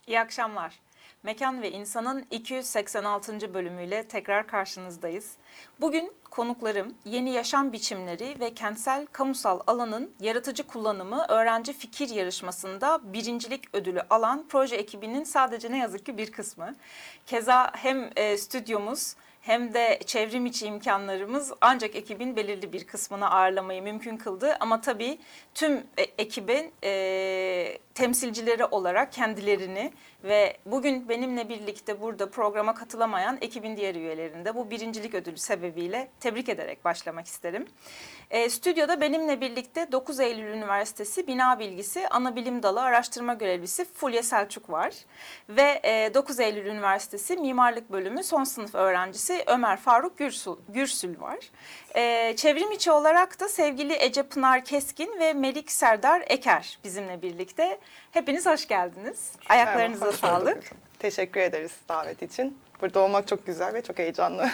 İyi akşamlar. Mekan ve İnsan'ın 286. bölümüyle tekrar karşınızdayız. Bugün konuklarım yeni yaşam biçimleri ve kentsel kamusal alanın yaratıcı kullanımı öğrenci fikir yarışmasında birincilik ödülü alan proje ekibinin sadece ne yazık ki bir kısmı. Keza hem stüdyomuz hem de çevrim içi imkanlarımız ancak ekibin belirli bir kısmını ağırlamayı mümkün kıldı. Ama tabii tüm ekibin temsilcileri olarak kendilerini ve bugün benimle birlikte burada programa katılamayan ekibin diğer üyelerini de bu birincilik ödülü sebebiyle tebrik ederek başlamak isterim. Stüdyoda benimle birlikte 9 Eylül Üniversitesi Bina Bilgisi Anabilim Dalı Araştırma Görevlisi Fulya Selçuk var. Ve 9 Eylül Üniversitesi Mimarlık Bölümü son sınıf öğrencisi Ömer Faruk Gürsül var. Çevrim içi olarak da sevgili Ece Pınar Keskin ve Melik Serdar Eker bizimle birlikte. Hepiniz hoş geldiniz. Ayaklarınıza Merhaba, sağlık. Teşekkür ederiz davet için. Burada olmak çok güzel ve çok heyecanlı.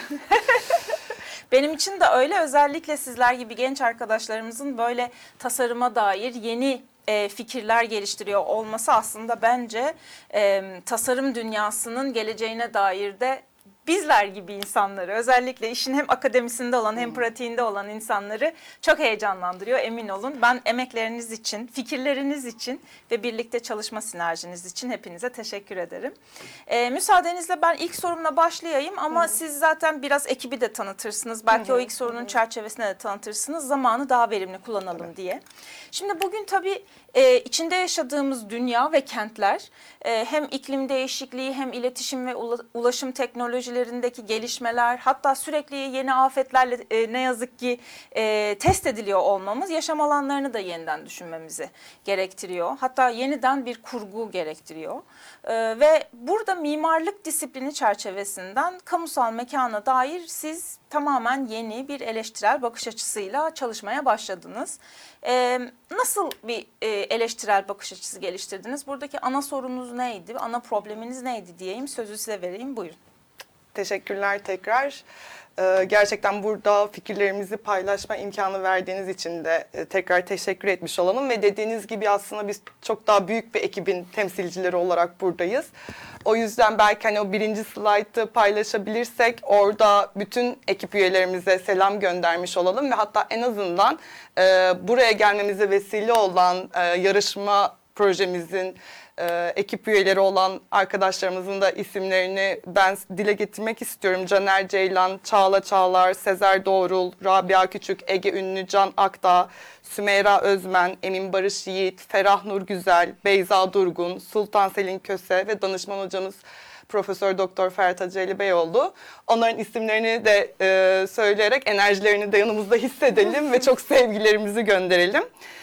Benim için de öyle. Özellikle sizler gibi genç arkadaşlarımızın böyle tasarıma dair yeni fikirler geliştiriyor olması aslında bence tasarım dünyasının geleceğine dair de bizler gibi insanları, özellikle işin hem akademisinde olan hem pratiğinde olan insanları çok heyecanlandırıyor, emin olun. Ben emekleriniz için, fikirleriniz için ve birlikte çalışma sinerjiniz için hepinize teşekkür ederim. Müsaadenizle ben ilk sorumla başlayayım ama siz zaten biraz ekibi de tanıtırsınız. Belki o ilk sorunun çerçevesine de tanıtırsınız. Zamanı daha verimli kullanalım diye. Şimdi bugün tabii içinde yaşadığımız dünya ve kentler hem iklim değişikliği hem iletişim ve ulaşım teknolojilerindeki gelişmeler, hatta sürekli yeni afetlerle ne yazık ki test ediliyor olmamız yaşam alanlarını da yeniden düşünmemizi gerektiriyor. Hatta yeniden bir kurgu gerektiriyor. Ve burada mimarlık disiplini çerçevesinden kamusal mekana dair siz tamamen yeni bir eleştirel bakış açısıyla çalışmaya başladınız. Nasıl bir eleştirel bakış açısı geliştirdiniz? Buradaki ana sorunuz neydi? Ana probleminiz neydi diyeyim. Sözü size vereyim. Buyurun. Teşekkürler tekrar. Gerçekten burada fikirlerimizi paylaşma imkanı verdiğiniz için de tekrar teşekkür etmiş olalım. Ve dediğiniz gibi aslında biz çok daha büyük bir ekibin temsilcileri olarak buradayız. O yüzden belki hani o birinci slaytı paylaşabilirsek orada bütün ekip üyelerimize selam göndermiş olalım. Ve hatta en azından buraya gelmemize vesile olan yarışma projemizin ekip üyeleri olan arkadaşlarımızın da isimlerini ben dile getirmek istiyorum. Caner Ceylan, Çağla Çağlar, Sezer Doğrul, Rabia Küçük, Ege Ünlü, Can Akdağ, Sümeyra Özmen, Emin Barış Yiğit, Ferah Nur Güzel, Beyza Durgun, Sultan Selin Köse ve danışman hocamız Profesör Doktor Ferhat Haceli Beyoğlu. Onların isimlerini de söyleyerek enerjilerini de yanımızda hissedelim ve çok sevgilerimizi gönderelim.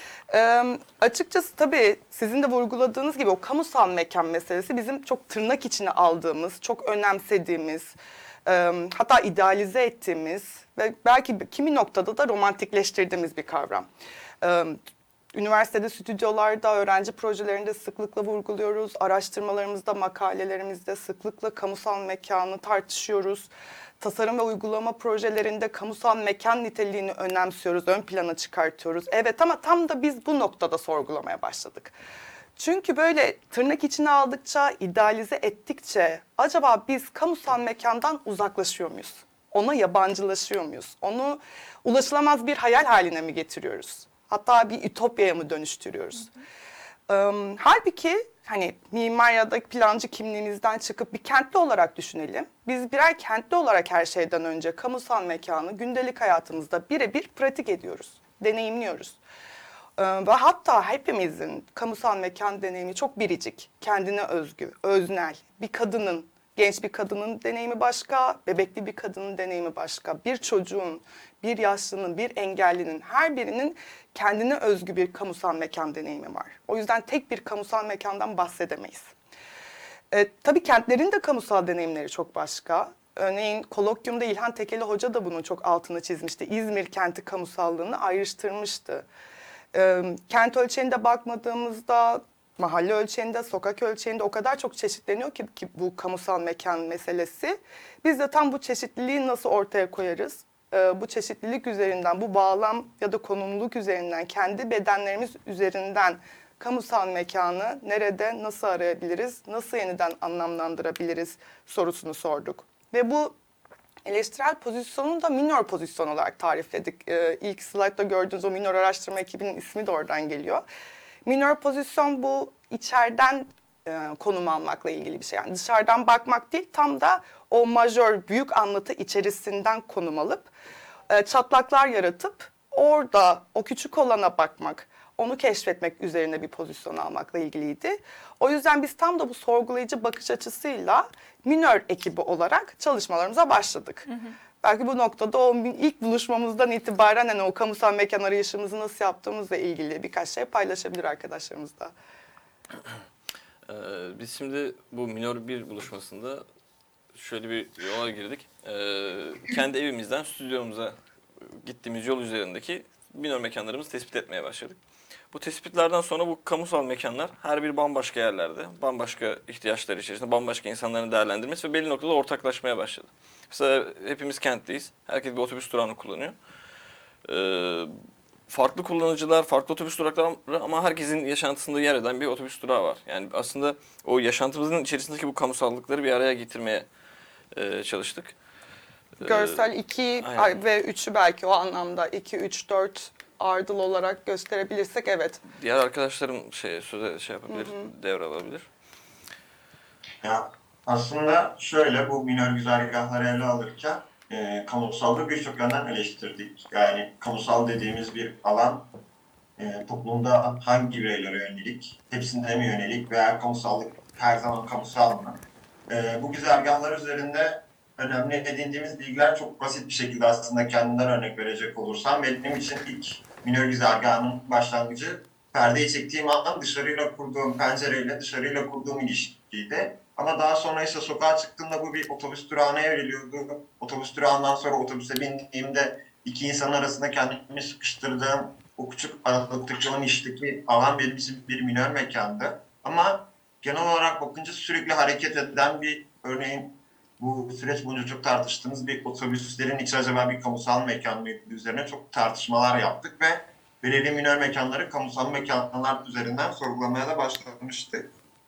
Açıkçası tabii sizin de vurguladığınız gibi o kamusal mekan meselesi bizim çok tırnak içine aldığımız, çok önemsediğimiz, hatta idealize ettiğimiz ve belki kimi noktada da romantikleştirdiğimiz bir kavram. Üniversitede, stüdyolarda, öğrenci projelerinde sıklıkla vurguluyoruz. Araştırmalarımızda, makalelerimizde sıklıkla kamusal mekanı tartışıyoruz. Tasarım ve uygulama projelerinde kamusal mekan niteliğini önemsiyoruz, ön plana çıkartıyoruz. Evet ama tam da biz bu noktada sorgulamaya başladık. Çünkü böyle tırnak içine aldıkça, idealize ettikçe acaba biz kamusal mekandan uzaklaşıyor muyuz? Ona yabancılaşıyor muyuz? Onu ulaşılamaz bir hayal haline mi getiriyoruz? Hatta bir ütopyaya mı dönüştürüyoruz? Halbuki hani mimar ya da plancı kimliğimizden çıkıp bir kentli olarak düşünelim. Biz birer kentli olarak her şeyden önce kamusal mekanı gündelik hayatımızda birebir pratik ediyoruz, deneyimliyoruz. Ve hatta hepimizin kamusal mekan deneyimi çok biricik, kendine özgü, öznel. Bir kadının, genç bir kadının deneyimi başka, bebekli bir kadının deneyimi başka. Bir çocuğun, bir yaşlının, bir engellinin her birinin kendine özgü bir kamusal mekan deneyimi var. O yüzden tek bir kamusal mekandan bahsedemeyiz. Tabii kentlerin de kamusal deneyimleri çok başka. Örneğin kolokyumda İlhan Tekeli Hoca da bunun çok altını çizmişti. İzmir kenti kamusallığını ayrıştırmıştı. Kent ölçeğinde bakmadığımızda mahalle ölçeğinde, sokak ölçeğinde o kadar çok çeşitleniyor ki bu kamusal mekan meselesi. Biz de tam bu çeşitliliği nasıl ortaya koyarız? Bu çeşitlilik üzerinden, bu bağlam ya da konumluluk üzerinden, kendi bedenlerimiz üzerinden kamusal mekanı nerede, nasıl arayabiliriz, nasıl yeniden anlamlandırabiliriz sorusunu sorduk. Ve bu eleştirel pozisyonu da minor pozisyon olarak tarifledik. İlk slaytta gördüğünüz o minor araştırma ekibinin ismi de oradan geliyor. Minor pozisyon bu içeriden konum almakla ilgili bir şey. Yani dışarıdan bakmak değil, tam da o majör büyük anlatı içerisinden konum alıp çatlaklar yaratıp orada o küçük olana bakmak, onu keşfetmek üzerine bir pozisyon almakla ilgiliydi. O yüzden biz tam da bu sorgulayıcı bakış açısıyla minör ekibi olarak çalışmalarımıza başladık. Belki bu noktada o ilk buluşmamızdan itibaren hani o kamusal mekan arayışımızı nasıl yaptığımızla ilgili birkaç şey paylaşabilir arkadaşlarımız da. Biz şimdi bu minor bir buluşmasında şöyle bir yola girdik. Kendi evimizden stüdyomuza gittiğimiz yol üzerindeki minor mekanlarımızı tespit etmeye başladık. Bu tespitlerden sonra bu kamusal mekanlar her biri bambaşka yerlerde, bambaşka ihtiyaçlar içerisinde, bambaşka insanların değerlendirmesi ve belli noktada ortaklaşmaya başladı. Mesela hepimiz kentteyiz, herkes bir otobüs durağını kullanıyor. Farklı kullanıcılar, farklı otobüs durakları ama herkesin yaşantısında yer eden bir otobüs durağı var. Yani aslında o yaşantımızın içerisindeki bu kamusallıkları bir araya getirmeye çalıştık. Görsel 2 aynen. ve 3'ü belki o anlamda 2, 3, 4 ardıl olarak gösterebilirsek evet. Diğer arkadaşlarım söze yapabilir, devralabilir. Ya aslında şöyle bu minor güzergahları ele alırken kamusallığı birçok yönden eleştirdik. Yani kamusal dediğimiz bir alan toplumda hangi bireylere yönelik, hepsine mi yönelik veya kamusallık her zaman kamusal mı? Bu güzergahlar üzerinde önemli edindiğimiz bilgiler çok basit bir şekilde aslında kendimden örnek verecek olursam benim için ilk minor güzergahının başlangıcı perdeyi çektiğim an dışarıyla kurduğum pencereyle dışarıyla kurduğum ilişkiydi. Ama daha sonra ise sokağa çıktığımda bu bir otobüs durağına evriliyordu. Otobüs durağından sonra otobüse bindiğimde iki insan arasında kendimi sıkıştırdığım o küçük aralıktaki olan işteki alan benim için bir minor mekandı. Ama genel olarak bakınca sürekli hareket eden bir örneğin bu süreç boyunca çok tartıştığımız bir otobüslerin içi acaba bir kamusal mekan mıydı üzerine çok tartışmalar yaptık ve belirli minor mekanları kamusal mekanlar üzerinden sorgulamaya da başlamıştık.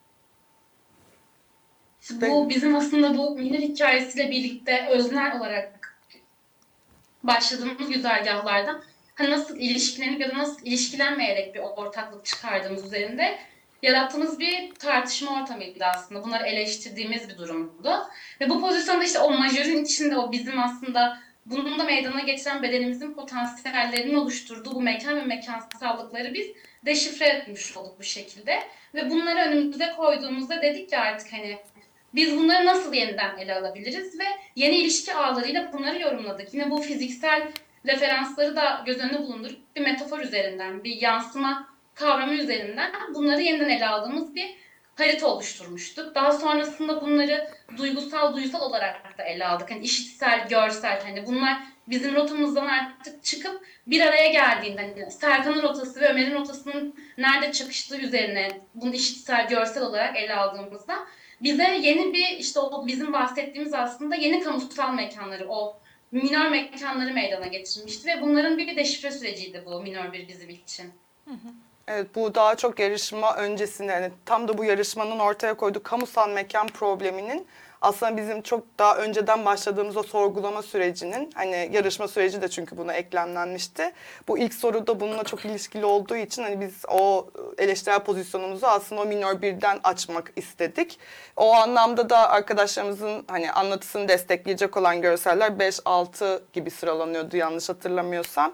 Bu bizim aslında bu minor hikayesiyle birlikte öznel olarak başladığımız güzergahlardan nasıl ilişkilenip ya da nasıl ilişkilenmeyerek bir ortaklık çıkardığımız üzerinde yarattığımız bir tartışma ortamıydı aslında. Bunları eleştirdiğimiz bir durumdu. Ve bu pozisyonda işte o majörün içinde o bizim aslında bunun da meydana getiren bedenimizin potansiyellerinin oluşturduğu bu mekan ve mekansallıkları biz deşifre etmiş olduk bu şekilde. Ve bunları önümüze koyduğumuzda dedik ki artık hani biz bunları nasıl yeniden ele alabiliriz ve yeni ilişki ağlarıyla bunları yorumladık. Yine bu fiziksel referansları da göz önüne bulundurup bir metafor üzerinden, bir yansıma kavramı üzerinden bunları yeniden ele aldığımız bir harita oluşturmuştuk. Daha sonrasında bunları duysal olarak da ele aldık. Hani işitsel, görsel, hani bunlar bizim rotamızdan artık çıkıp bir araya geldiğinde hani Serkan'ın rotası ve Ömer'in rotasının nerede çakıştığı üzerine bunu işitsel, görsel olarak ele aldığımızda bize yeni bir işte o bizim bahsettiğimiz aslında yeni kamusal mekanları, o minor mekanları meydana getirmişti ve bunların bir deşifre süreciydi bu minor bir bizim için. Evet, bu daha çok yarışma öncesinde yani tam da bu yarışmanın ortaya koyduğu kamusal mekan probleminin aslında bizim çok daha önceden başladığımız o sorgulama sürecinin hani yarışma süreci de çünkü buna eklemlenmişti. Bu ilk soruda bununla çok ilişkili olduğu için hani biz o eleştirel pozisyonumuzu aslında o minor birden açmak istedik. O anlamda da arkadaşlarımızın hani anlatısını destekleyecek olan görseller 5-6 gibi sıralanıyordu yanlış hatırlamıyorsam.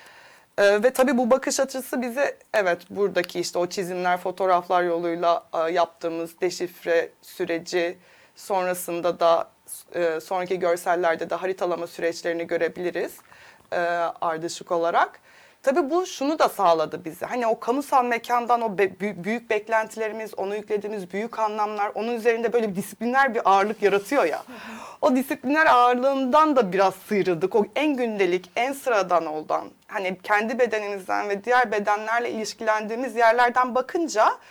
Ve tabii bu bakış açısı bize evet buradaki işte o çizimler, fotoğraflar yoluyla yaptığımız deşifre süreci sonrasında da sonraki görsellerde de haritalama süreçlerini görebiliriz ardışık olarak. Tabii bu şunu da sağladı bize. Hani o kamusal mekandan o büyük beklentilerimiz, onu yüklediğimiz büyük anlamlar, onun üzerinde böyle bir disipliner bir ağırlık yaratıyor ya. O disipliner ağırlığından da biraz sıyrıldık. O en gündelik, en sıradan olan, hani kendi bedenimizden ve diğer bedenlerle ilişkilendiğimiz yerlerden bakınca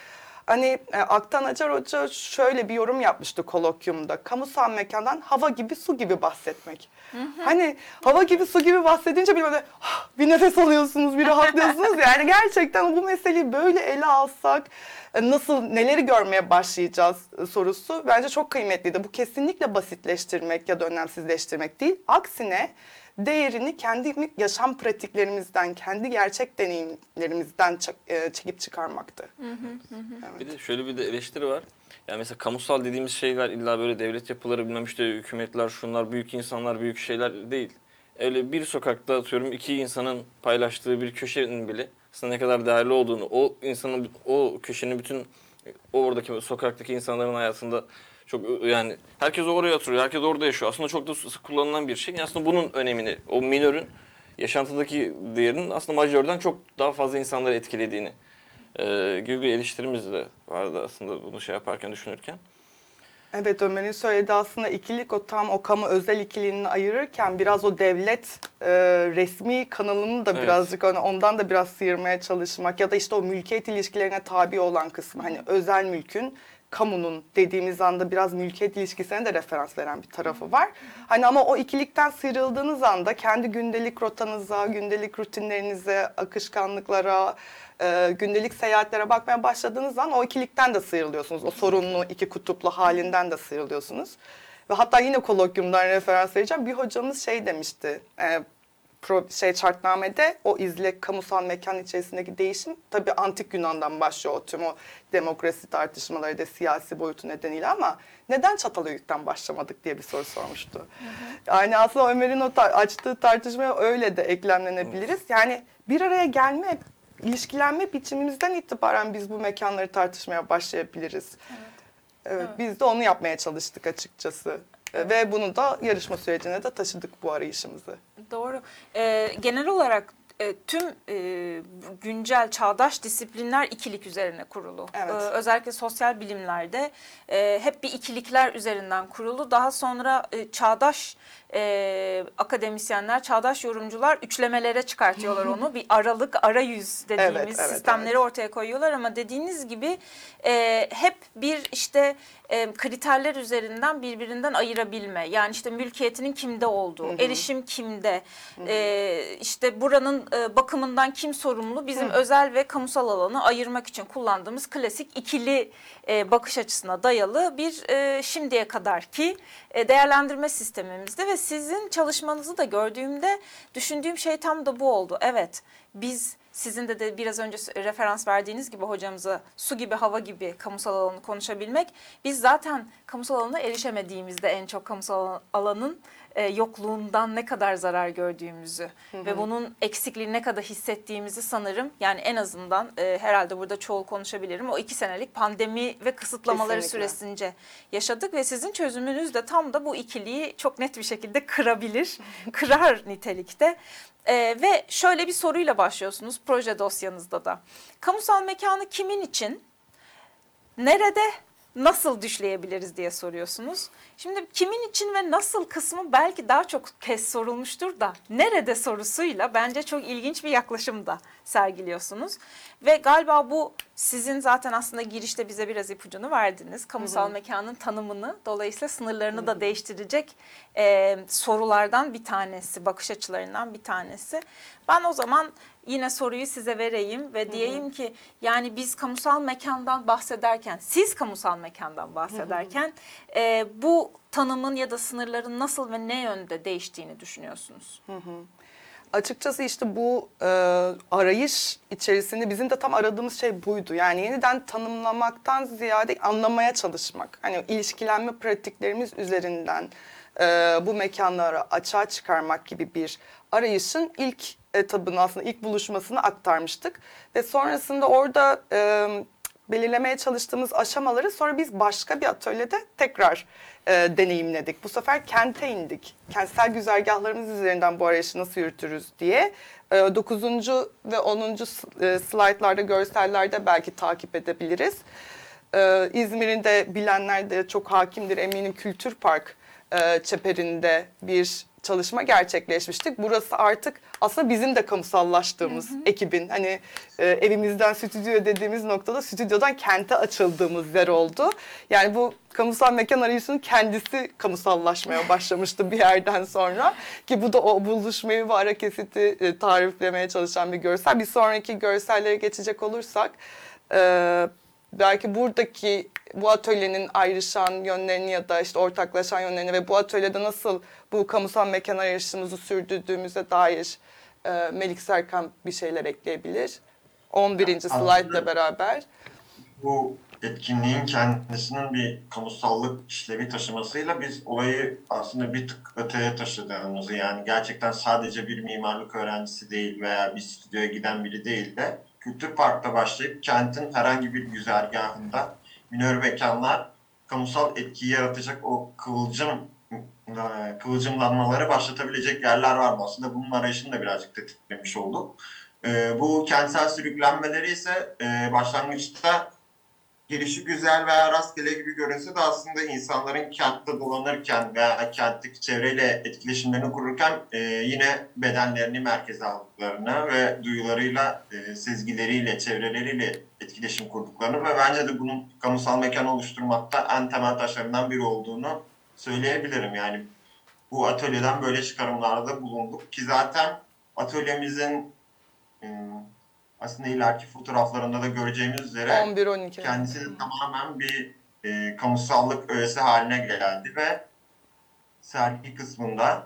Hani Aktan Acar Hoca şöyle bir yorum yapmıştı kolokyumda. Kamusal mekandan hava gibi su gibi bahsetmek. Hani hava gibi su gibi bahsedince bir böyle bir nefes alıyorsunuz, bir rahatlıyorsunuz. Yani gerçekten bu meseleyi böyle ele alsak nasıl, neleri görmeye başlayacağız sorusu bence çok kıymetliydi. Bu kesinlikle basitleştirmek ya da önemsizleştirmek değil. Aksine değerini kendi yaşam pratiklerimizden, kendi gerçek deneyimlerimizden çekip çıkarmaktı. Evet. Bir de şöyle bir de eleştiri var. Yani mesela kamusal dediğimiz şeyler illa böyle devlet yapıları, bilmem işte hükümetler, şunlar, büyük insanlar, büyük şeyler değil. Öyle bir sokakta atıyorum iki insanın paylaştığı bir köşenin bile aslında ne kadar değerli olduğunu, o insanın, o köşenin bütün oradaki sokaktaki insanların hayatında çok, yani herkes oraya oturuyor, herkes orada yaşıyor. Aslında çok da sık kullanılan bir şey. Aslında bunun önemini, o minörün yaşantıdaki değerinin aslında majörden çok daha fazla insanları etkilediğini gibi bir eleştirimiz de vardı aslında bunu şey yaparken, düşünürken. Evet, Ömer'in söylediği aslında ikilik, o tam o kamu özel ikiliğini ayırırken biraz o devlet resmi kanalını da Evet. birazcık ondan da biraz sıyırmaya çalışmak ya da işte o mülkiyet ilişkilerine tabi olan kısmı, hani özel mülkün kamunun dediğimiz anda biraz mülkiyet ilişkisine de referans veren bir tarafı var. Hani ama o ikilikten sıyrıldığınız anda kendi gündelik rotanıza, gündelik rutinlerinize, akışkanlıklara, gündelik seyahatlere bakmaya başladığınız zaman o ikilikten de sıyrılıyorsunuz. O sorunlu iki kutuplu halinden de sıyrılıyorsunuz. Ve hatta yine kolokyumdan referans vereceğim. Bir hocamız şey demişti, şartnamede o izlek kamusal mekan içerisindeki değişim tabii antik Yunan'dan başlıyor, o tüm o demokrasi tartışmaları da siyasi boyutu nedeniyle, ama neden Çatalhöyük'ten başlamadık diye bir soru sormuştu. Yani aslında Ömer'in o açtığı tartışmaya öyle de eklemlenebiliriz. Yani bir araya gelme, ilişkilenme biçimimizden itibaren biz bu mekanları tartışmaya başlayabiliriz. Evet, biz de onu yapmaya çalıştık açıkçası. Ve bunu da yarışma sürecine de taşıdık bu arayışımızı. Doğru. Genel olarak tüm güncel çağdaş disiplinler ikilik üzerine kurulu. Evet. Özellikle sosyal bilimlerde hep bir ikilikler üzerinden kurulu. Daha sonra çağdaş akademisyenler, çağdaş yorumcular üçlemelere çıkartıyorlar onu. Bir aralık, arayüz dediğimiz sistemleri ortaya koyuyorlar, ama dediğiniz gibi hep bir işte kriterler üzerinden birbirinden ayırabilme. Yani işte mülkiyetinin kimde olduğu, erişim kimde, işte buranın bakımından kim sorumlu, bizim özel ve kamusal alanı ayırmak için kullandığımız klasik ikili bakış açısına dayalı bir şimdiye kadarki değerlendirme sistemimizde. Ve sizin çalışmanızı da gördüğümde düşündüğüm şey tam da bu oldu. Evet, biz sizin de biraz önce referans verdiğiniz gibi hocamıza su gibi, hava gibi kamusal alanı konuşabilmek. Biz zaten kamusal alana erişemediğimizde en çok kamusal alanın yokluğundan ne kadar zarar gördüğümüzü ve bunun eksikliğini ne kadar hissettiğimizi sanırım, yani en azından herhalde burada çoğul konuşabilirim. O 2 senelik pandemi ve kısıtlamaları Kesinlikle. süresince yaşadık ve sizin çözümünüz de tam da bu ikiliği çok net bir şekilde kırabilir, kırar nitelikte. Ve şöyle bir soruyla başlıyorsunuz proje dosyanızda da. Kamusal mekanı kimin için, nerede, nasıl düşleyebiliriz diye soruyorsunuz. Şimdi kimin için ve nasıl kısmı belki daha çok kez sorulmuştur da nerede sorusuyla bence çok ilginç bir yaklaşım da sergiliyorsunuz. Ve galiba bu sizin zaten aslında girişte bize biraz ipucunu verdiniz. Kamusal mekanın tanımını, dolayısıyla sınırlarını da değiştirecek sorulardan bir tanesi, bakış açılarından bir tanesi. Ben o zaman yine soruyu size vereyim ve diyeyim ki, yani biz kamusal mekandan bahsederken, siz kamusal mekandan bahsederken bu tanımın ya da sınırların nasıl ve ne yönde değiştiğini düşünüyorsunuz? Açıkçası işte bu arayış içerisinde bizim de tam aradığımız şey buydu. Yani yeniden tanımlamaktan ziyade anlamaya çalışmak. Hani ilişkilenme pratiklerimiz üzerinden bu mekanları açığa çıkarmak gibi bir arayışın ilk etabını, aslında ilk buluşmasını aktarmıştık. Ve sonrasında orada belirlemeye çalıştığımız aşamaları sonra biz başka bir atölyede tekrar deneyimledik. Bu sefer kente indik. Kentsel güzergahlarımız üzerinden bu arayışı nasıl yürütürüz diye 9. ve 10. slaytlarda, görsellerde belki takip edebiliriz. İzmir'in de bilenler de çok hakimdir eminim, Kültür Park çeperinde bir çalışma gerçekleşmiştik. Burası artık aslında bizim de kamusallaştığımız ekibin hani evimizden stüdyo dediğimiz noktada stüdyodan kente açıldığımız yer oldu. Yani bu kamusal mekan arayışının kendisi kamusallaşmaya başlamıştı bir yerden sonra ki bu da o buluşmayı ve ara kesiti tariflemeye çalışan bir görsel. Bir sonraki görsellere geçecek olursak belki buradaki bu atölyenin ayrışan yönlerini ya da işte ortaklaşan yönlerini ve bu atölyede nasıl bu kamusal mekan arayışımızı sürdürdüğümüze dair Melik Serkan bir şeyler ekleyebilir. 11. slaytla beraber. Bu etkinliğin kendisinin bir kamusallık işlevi taşımasıyla biz olayı aslında bir tık öteye taşıdığımızı, yani gerçekten sadece bir mimarlık öğrencisi değil veya bir stüdyoya giden biri değil de Kültür Park'ta başlayıp kentin herhangi bir güzergahında minör mekanlar kamusal etkiyi yaratacak o kıvılcımlanmaları başlatabilecek yerler var mı? Aslında bunun arayışını da birazcık tetiklemiş olduk. Bu kentsel sürüklenmeleri ise başlangıçta gelişi güzel veya rastgele gibi görünse de aslında insanların kentte dolanırken veya kentteki çevreyle etkileşimlerini kururken yine bedenlerini merkeze aldıklarını ve duyularıyla, sezgileriyle, çevreleriyle etkileşim kurduklarını ve bence de bunun kamusal mekan oluşturmakta en temel taşlarından biri olduğunu söyleyebilirim. Yani bu atölyeden böyle çıkarımlarda bulunduk ki zaten atölyemizin aslında ileriki fotoğraflarında da göreceğimiz üzere 11-12. kendisi de tamamen bir kamusallık öğesi haline geldi ve sergi kısmında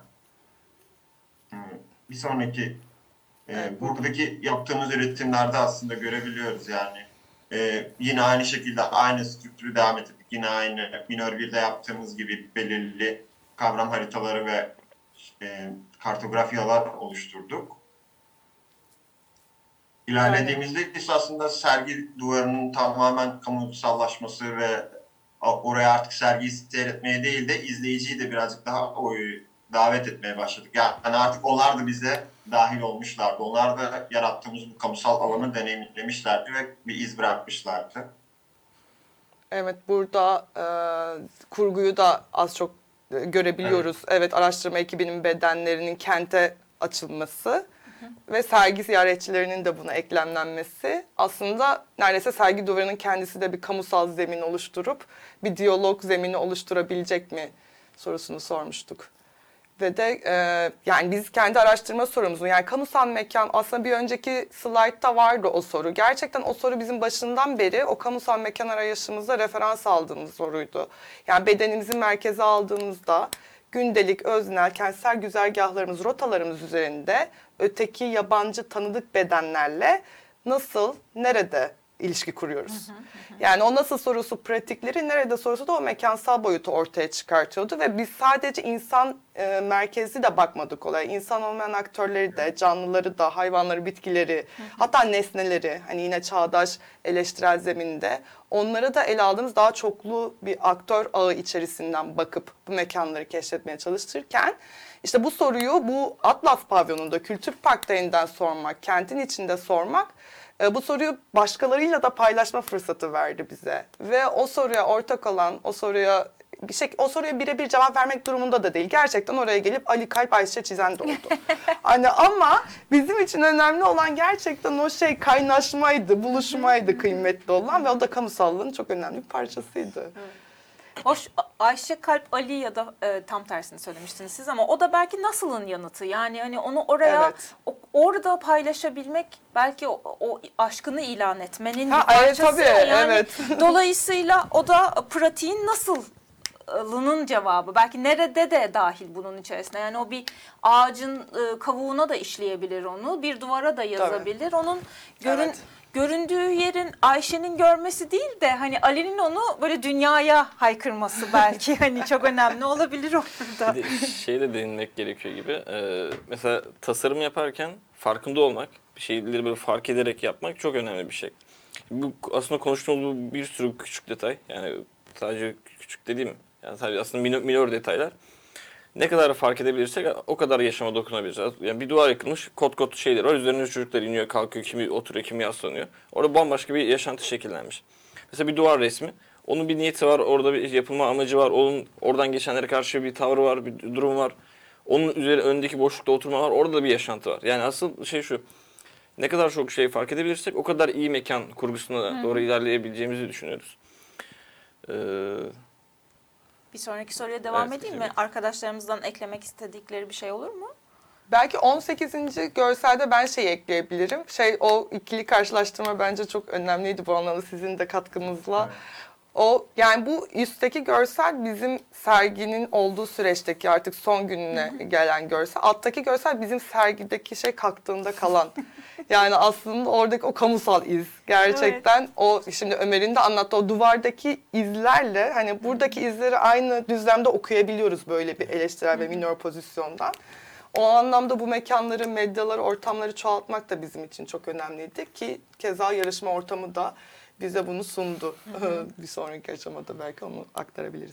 bir sonraki buradaki yaptığımız üretimlerde aslında görebiliyoruz yani. Yine aynı şekilde aynı strüktürü devam ettirdik. Yine aynı minör 1'de yaptığımız gibi belirli kavram haritaları ve kartografiyalar oluşturduk. İlerlediğimizde ise aslında sergi duvarının tamamen kamusallaşması ve oraya artık sergiyi seyretmeye değil de izleyiciyi de birazcık daha davet etmeye başladık. Yani artık onlar da bize dahil olmuşlardı. Onlar da yarattığımız bu kamusal alanı deneyimlemişlerdi ve bir iz bırakmışlardı. Evet, burada kurguyu da az çok görebiliyoruz. Evet, araştırma ekibinin bedenlerinin kente açılması ve sergi ziyaretçilerinin de buna eklemlenmesi aslında neredeyse sergi duvarının kendisi de bir kamusal zemin oluşturup bir diyalog zemini oluşturabilecek mi sorusunu sormuştuk. Ve de yani biz kendi araştırma sorumuzun, yani kamusal mekan aslında bir önceki slaytta vardı o soru. Gerçekten o soru bizim başından beri o kamusal mekan arayışımızda referans aldığımız soruydu. Yani bedenimizi merkeze aldığımızda gündelik, öznel, kentsel güzergahlarımız, rotalarımız üzerinde öteki, yabancı, tanıdık bedenlerle nasıl, nerede ilişki kuruyoruz? Yani o nasıl sorusu pratikleri, nerede sorusu da o mekansal boyutu ortaya çıkartıyordu ve biz sadece insan merkezli de bakmadık olaya. İnsan olmayan aktörleri de, canlıları da, hayvanları, bitkileri, hatta nesneleri, hani yine çağdaş eleştirel zeminde onları da ele aldığımız daha çoklu bir aktör ağı içerisinden bakıp bu mekanları keşfetmeye çalışırken işte bu soruyu bu Atlas Pavyonunda, Kültür Park'ta yeniden sormak, kentin içinde sormak bu soruyu başkalarıyla da paylaşma fırsatı verdi bize. Ve o soruya ortak olan, o soruya birebir cevap vermek durumunda da değil. Gerçekten oraya gelip Ali Kalp Ayşe çizen de oldu. Hani ama bizim için önemli olan gerçekten o kaynaşmaydı, buluşmaydı kıymetli olan ve o da kamusallığın çok önemli bir parçasıydı. Hoş, Ayşe Kalp Ali ya da tam tersini söylemiştiniz siz ama o da belki nasılın yanıtı. Yani hani onu oraya Evet. orada paylaşabilmek belki o aşkını ilan etmenin bir Evet, parçası. tabii, Yani evet. dolayısıyla o da pratiğin nasılının cevabı. Belki nerede de dahil bunun içerisine. Yani o bir ağacın kavuğuna da işleyebilir onu. Bir duvara da yazabilir. Onun Evet. göründüğü yerin Ayşe'nin görmesi değil de hani Ali'nin onu böyle dünyaya haykırması belki hani çok önemli olabilir orada. Bir de de değinmek gerekiyor gibi. Mesela tasarım yaparken farkında olmak, bir şeyleri böyle fark ederek yapmak çok önemli bir şey. Bu aslında konuştuğumuz bu bir sürü küçük detay. Yani sadece küçük dediğim, yani sadece aslında minor detaylar. Ne kadar fark edebilirsek o kadar yaşama dokunabiliriz. Yani bir duvar yıkılmış, kot şeyler var. Üzerine çocuklar iniyor, kalkıyor, kimi oturuyor, kimi yaslanıyor. Orada bambaşka bir yaşantı şekillenmiş. Mesela bir duvar resmi. Onun bir niyeti var, orada bir yapılma amacı var. Onun oradan geçenlere karşı bir tavrı var, bir durum var. Onun üzeri öndeki boşlukta oturma var. Orada da bir yaşantı var. Yani asıl şey şu. Ne kadar çok şey fark edebilirsek o kadar iyi mekan kurgusuna doğru ilerleyebileceğimizi düşünüyoruz. Bir sonraki soruya devam Evet, edeyim mi? evet. Arkadaşlarımızdan eklemek istedikleri bir şey olur mu? Belki 18. görselde ben şey ekleyebilirim. O ikili karşılaştırma bence çok önemliydi bu anlamda sizin de katkınızla. O yani bu üstteki görsel bizim serginin olduğu süreçteki artık son gününe gelen görsel. Alttaki görsel bizim sergideki kalktığında kalan. Yani aslında oradaki o kamusal iz. Gerçekten o şimdi Ömer'in de anlattığı o duvardaki izlerle hani buradaki izleri aynı düzlemde okuyabiliyoruz böyle bir eleştirel ve minor pozisyondan. O anlamda bu mekanları, medyaları, ortamları çoğaltmak da bizim için çok önemliydi ki keza yarışma ortamı da bize bunu sundu. Bir sonraki aşamada belki onu aktarabiliriz.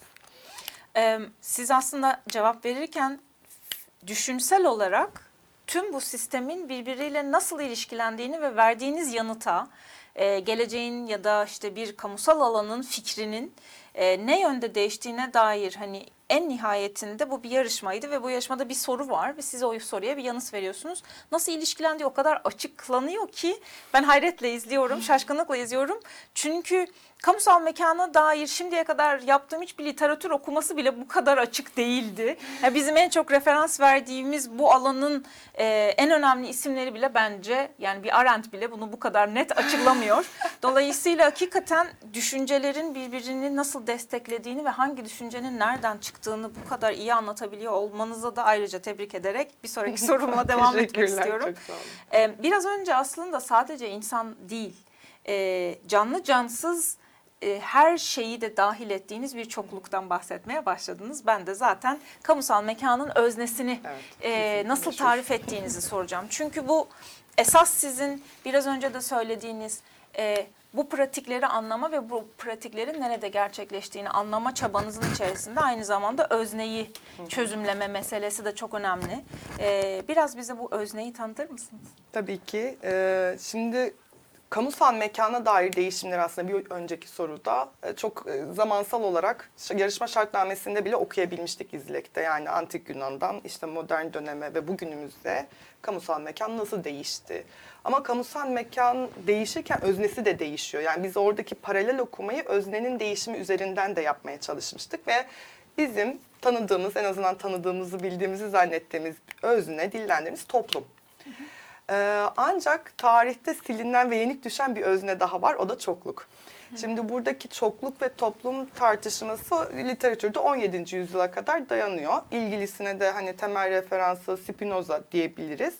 Siz aslında cevap verirken düşünsel olarak tüm bu sistemin birbiriyle nasıl ilişkilendiğini ve verdiğiniz yanıta geleceğin ya da işte bir kamusal alanın fikrinin ne yönde değiştiğine dair hani en nihayetinde bu bir yarışmaydı ve bu yarışmada bir soru var ve siz o soruya bir yanıt veriyorsunuz. Nasıl ilişkilendiği o kadar açıklanıyor ki ben hayretle izliyorum, şaşkınlıkla izliyorum. Çünkü kamusal mekana dair şimdiye kadar yaptığım hiçbir literatür okuması bile bu kadar açık değildi. Yani bizim en çok referans verdiğimiz bu alanın en önemli isimleri bile bence yani bir Arendt bile bunu bu kadar net açıklamıyor. Dolayısıyla hakikaten düşüncelerin birbirini nasıl desteklediğini ve hangi düşüncenin nereden çıktığını bu kadar iyi anlatabiliyor olmanıza da ayrıca tebrik ederek bir sonraki sorumla devam etmek Teşekkürler, istiyorum. çok sağ olun. Biraz önce aslında sadece insan değil, canlı cansız her şeyi de dahil ettiğiniz bir çokluktan bahsetmeye başladınız. Ben de zaten kamusal mekanın öznesini nasıl tarif ettiğinizi soracağım. Çünkü bu esas sizin biraz önce de söylediğiniz bu pratikleri anlama ve bu pratiklerin nerede gerçekleştiğini anlama çabanızın içerisinde aynı zamanda özneyi çözümleme meselesi de çok önemli. Biraz bize bu özneyi tanıtır mısınız? Tabii ki. Şimdi kamusal mekana dair değişimler aslında bir önceki soruda çok zamansal olarak yarışma şartnamesinde bile okuyabilmiştik İzlek'te. Yani antik Yunan'dan işte modern döneme ve bugünümüzde kamusal mekan nasıl değişti? Ama kamusal mekan değişirken öznesi de değişiyor. Yani biz oradaki paralel okumayı öznenin değişimi üzerinden de yapmaya çalışmıştık ve bizim tanıdığımız, en azından tanıdığımızı bildiğimizi zannettiğimiz özne, dillendirdiğimiz toplum. Ancak tarihte silinen ve yenik düşen bir özne daha var, o da çokluk. Şimdi buradaki çokluk ve toplum tartışması literatürde 17. yüzyıla kadar dayanıyor. İlgilisine de hani temel referansı Spinoza diyebiliriz.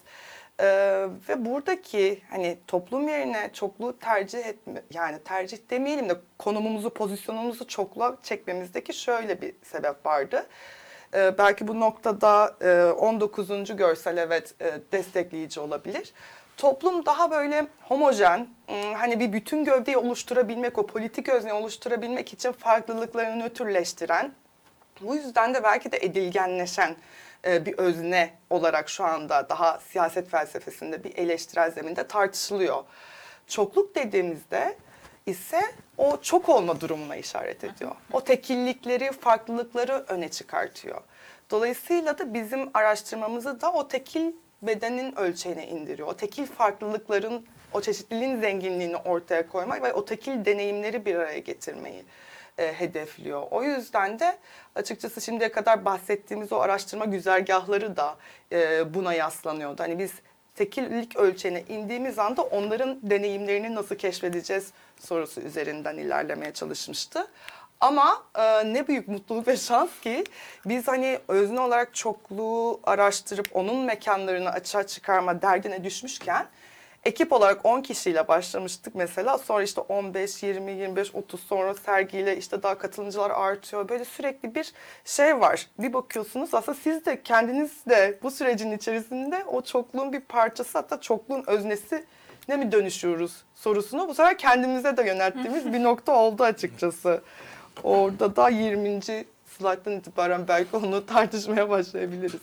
Ve buradaki hani toplum yerine çokluğu tercih etme, yani tercih demeyelim de konumumuzu, pozisyonumuzu çokluğa çekmemizdeki şöyle bir sebep vardı. Belki bu noktada 19. görsel destekleyici olabilir. Toplum daha böyle homojen, hani bir bütün gövdeyi oluşturabilmek, o politik özneyi oluşturabilmek için farklılıklarını nötrleştiren, bu yüzden de belki de edilgenleşen bir özne olarak şu anda daha siyaset felsefesinde bir eleştirel zeminde tartışılıyor. Çokluk dediğimizde ise o çok olma durumuna işaret ediyor. O tekillikleri, farklılıkları öne çıkartıyor. Dolayısıyla da bizim araştırmamızı da o tekil bedenin ölçeğine indiriyor. O tekil farklılıkların, o çeşitliliğin zenginliğini ortaya koymak ve o tekil deneyimleri bir araya getirmeyi hedefliyor. O yüzden de açıkçası şimdiye kadar bahsettiğimiz o araştırma güzergahları da buna yaslanıyordu. Hani biz tekillik ölçeğine indiğimiz anda onların deneyimlerini nasıl keşfedeceğiz sorusu üzerinden ilerlemeye çalışmıştı. Ama ne büyük mutluluk ve şans ki biz hani özne olarak çokluğu araştırıp onun mekanlarını açığa çıkarma derdine düşmüşken ekip olarak 10 kişiyle başlamıştık mesela. Sonra işte 15, 20, 25, 30 sonra sergiyle işte daha katılımcılar artıyor. Böyle sürekli bir şey var. Bir bakıyorsunuz aslında siz de kendiniz de bu sürecin içerisinde o çokluğun bir parçası, hatta çokluğun öznesi ne mi dönüşüyoruz sorusunu bu sefer kendimize de yönelttiğimiz bir nokta oldu açıkçası. Orada da 20. slayttan itibaren belki onu tartışmaya başlayabiliriz.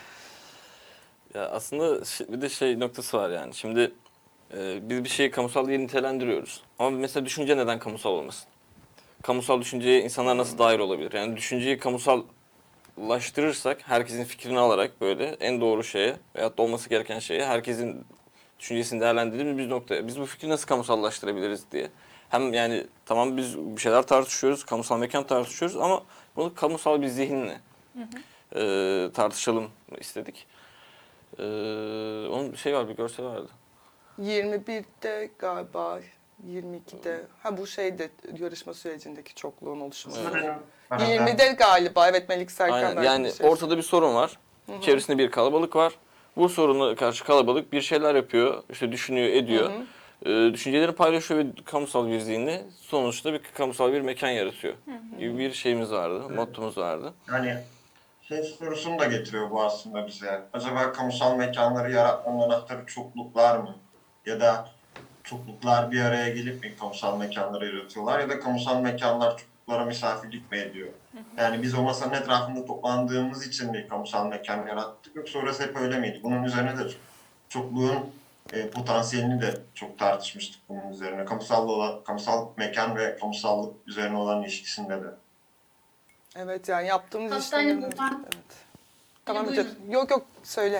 Ya aslında bir de şey noktası var yani. Şimdi biz bir şeyi kamusal diye nitelendiriyoruz. Ama mesela düşünce neden kamusal olmasın? Kamusal düşünceye insanlar nasıl dair olabilir? Yani düşünceyi kamusal kamusallaştırırsak, herkesin fikrini alarak böyle en doğru şeye veyahut da olması gereken şeye herkesin düşüncesini değerlendirdiğimiz bir noktaya biz bu fikri nasıl kamusallaştırabiliriz diye. Hem yani tamam biz bir şeyler tartışıyoruz, kamusal mekan tartışıyoruz ama bunu kamusal bir zihinle tartışalım istedik. Onun bir şey var, bir görsel vardı. 21'de galiba 22'de bu şeyde yarışma sürecindeki çokluğun oluşması. Aslında benim 20'de galiba evet Melik Serkan Aynen. belki Yani bir şey ortada bir sorun var. İçerisinde bir kalabalık var. Bu soruna karşı kalabalık bir şeyler yapıyor, işte düşünüyor, ediyor. Düşüncelerini paylaşıyor ve kamusal bir zihinle sonuçta bir kamusal bir mekan yaratıyor gibi bir şeyimiz vardı, mottomuz vardı. Yani şey sorusunu da getiriyor bu aslında bize. Acaba kamusal mekanları yaratmanın anahtarı çokluklar mı? Ya da çokluklar bir araya gelip mi kamusal mekanları yaratıyorlar? Ya da kamusal mekanlar çokluklara misafirlik mi ediyor? Yani biz o masanın etrafında toplandığımız için mi kamusal mekan yarattık? Yoksa orası hep öyle miydi? Bunun üzerine de çokluğun potansiyelini de çok tartışmıştık bunun üzerine. Kamusal mekan ve kamusallık üzerine olan ilişkisinde de. Evet yani yaptığımız Hatta işlerin... hani buradan- Evet. Tamam Buyurun. Ece. Yok söyle.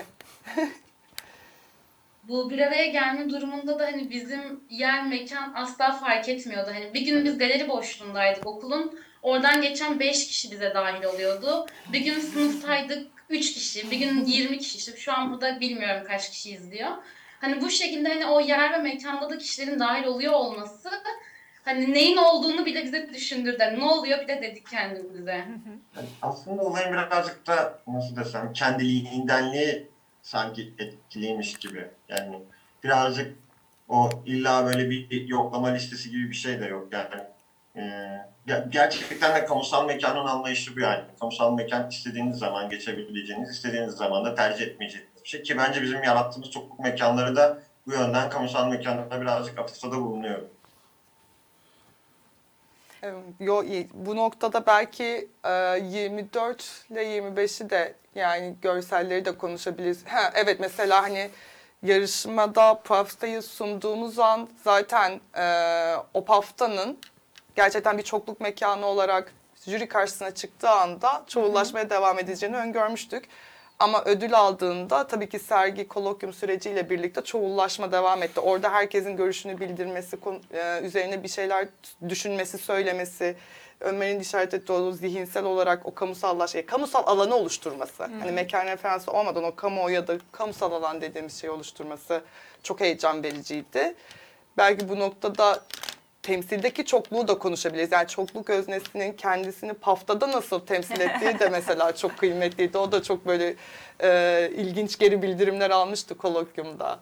Bu bir araya gelme durumunda da hani bizim yer mekan asla fark etmiyordu. Hani bir gün biz galeri boşluğundaydık okulun. Oradan geçen 5 kişi bize dahil oluyordu. Bir gün sınıftaydık 3 kişi, bir gün 20 kişi. İşte şu an burada bilmiyorum kaç kişi izliyor. Hani bu şekilde hani o yer ve mekanda da kişilerin dahil oluyor olması hani neyin olduğunu bile bize düşündürdü. Ne oluyor bile dedik kendimize. Yani aslında olayın birazcık da nasıl desem kendiliğindenliği sanki etkiliymiş gibi. Yani birazcık o illa böyle bir yoklama listesi gibi bir şey de yok. Yani gerçekten de kamusal mekanın anlayışı bu yani. Kamusal mekan istediğiniz zaman geçebileceğiniz, istediğiniz zaman da tercih etmeyeceğiniz bir şey. Ki bence bizim yarattığımız çokluk mekanları da bu yönden kamusal mekanlara birazcık atıfta da bulunuyor. Evet, bu noktada belki 24 ile 25'i de yani görselleri de konuşabiliriz. Evet mesela hani yarışmada PAFTA'yı sunduğumuz an zaten o PAFTA'nın gerçekten bir çokluk mekanı olarak jüri karşısına çıktığı anda çoğullaşmaya devam edeceğini öngörmüştük. Ama ödül aldığında tabii ki sergi, kolokyum süreciyle birlikte çoğullaşma devam etti. Orada herkesin görüşünü bildirmesi, üzerine bir şeyler düşünmesi, söylemesi, Ömer'in işaret ettiği o zihinsel olarak o kamusal alanı oluşturması. Hani mekan referansı olmadan o kamuoyu ya da kamusal alan dediğimiz şeyi oluşturması çok heyecan vericiydi. Belki bu noktada temsildeki çokluğu da konuşabiliriz. Yani çokluk öznesinin kendisini PAFTA'da nasıl temsil ettiği de mesela çok kıymetliydi. O da çok böyle ilginç geri bildirimler almıştı kolokyumda.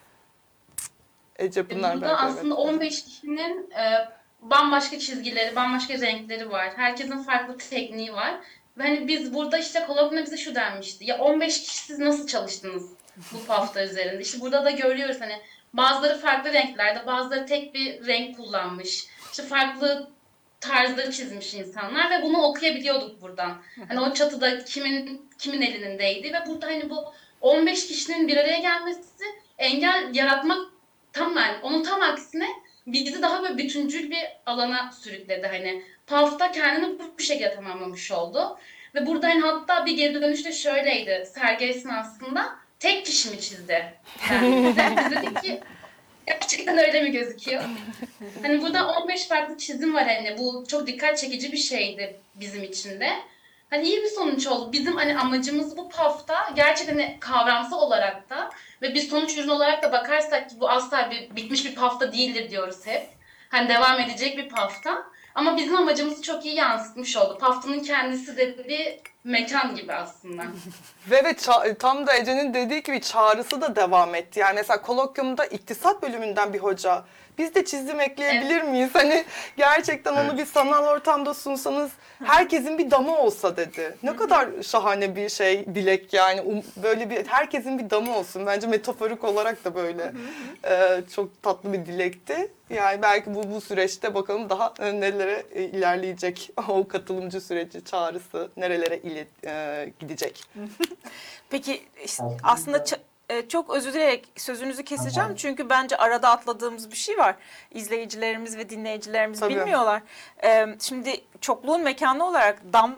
Ece bunlar Burada belki aslında 15 kişinin bambaşka çizgileri, bambaşka renkleri var. Herkesin farklı tekniği var. Ve hani biz burada işte kolokyumda bize şu denmişti. Ya 15 kişi siz nasıl çalıştınız bu PAFTA üzerinde? İşte burada da görüyoruz hani bazıları farklı renklerde, bazıları tek bir renk kullanmış. İşte farklı tarzda çizmiş insanlar ve bunu okuyabiliyorduk buradan. Hani o çatıda kimin elindeydi ve burada hani bu 15 kişinin bir araya gelmesi engel yaratmak tamamen onun tam aksine bizi daha böyle bütüncül bir alana sürükledi. Hani PAF'ta kendini bu şekilde tamamlamış oldu. Ve burada hani hatta bir geri dönüşte şöyleydi sergi esnasında tek kişi mi çizdi? Yani biz dedik ki gerçekten öyle mi gözüküyor? Hani burada 15 farklı çizim var hani bu çok dikkat çekici bir şeydi bizim için de. Hani iyi bir sonuç oldu. Bizim hani amacımız bu PAF'ta gerçekten hani kavramsal olarak da ve bir sonuç ürünü olarak da bakarsak ki bu asla bitmiş bir PAF'ta değildir diyoruz hep. Hani devam edecek bir PAF'ta. Ama bizim amacımızı çok iyi yansıtmış oldu. PAF'tanın kendisi de bir mekan gibi aslında. Ve evet tam da Ece'nin dediği gibi çağrısı da devam etti. Yani mesela kolokyumda iktisat bölümünden bir hoca biz de çizim ekleyebilir miyiz? Hani gerçekten onu bir sanal ortamda sunsanız herkesin bir damı olsa dedi. Ne kadar şahane bir şey dilek yani böyle bir herkesin bir damı olsun. Bence metaforik olarak da böyle çok tatlı bir dilekti. Yani belki bu süreçte bakalım daha nelere ilerleyecek o katılımcı süreci çağrısı nerelere gidecek. Peki aslında çok özür dileyerek sözünüzü keseceğim. Tamam. Çünkü bence arada atladığımız bir şey var. İzleyicilerimiz ve dinleyicilerimiz Tabii. bilmiyorlar. Şimdi çokluğun mekanı olarak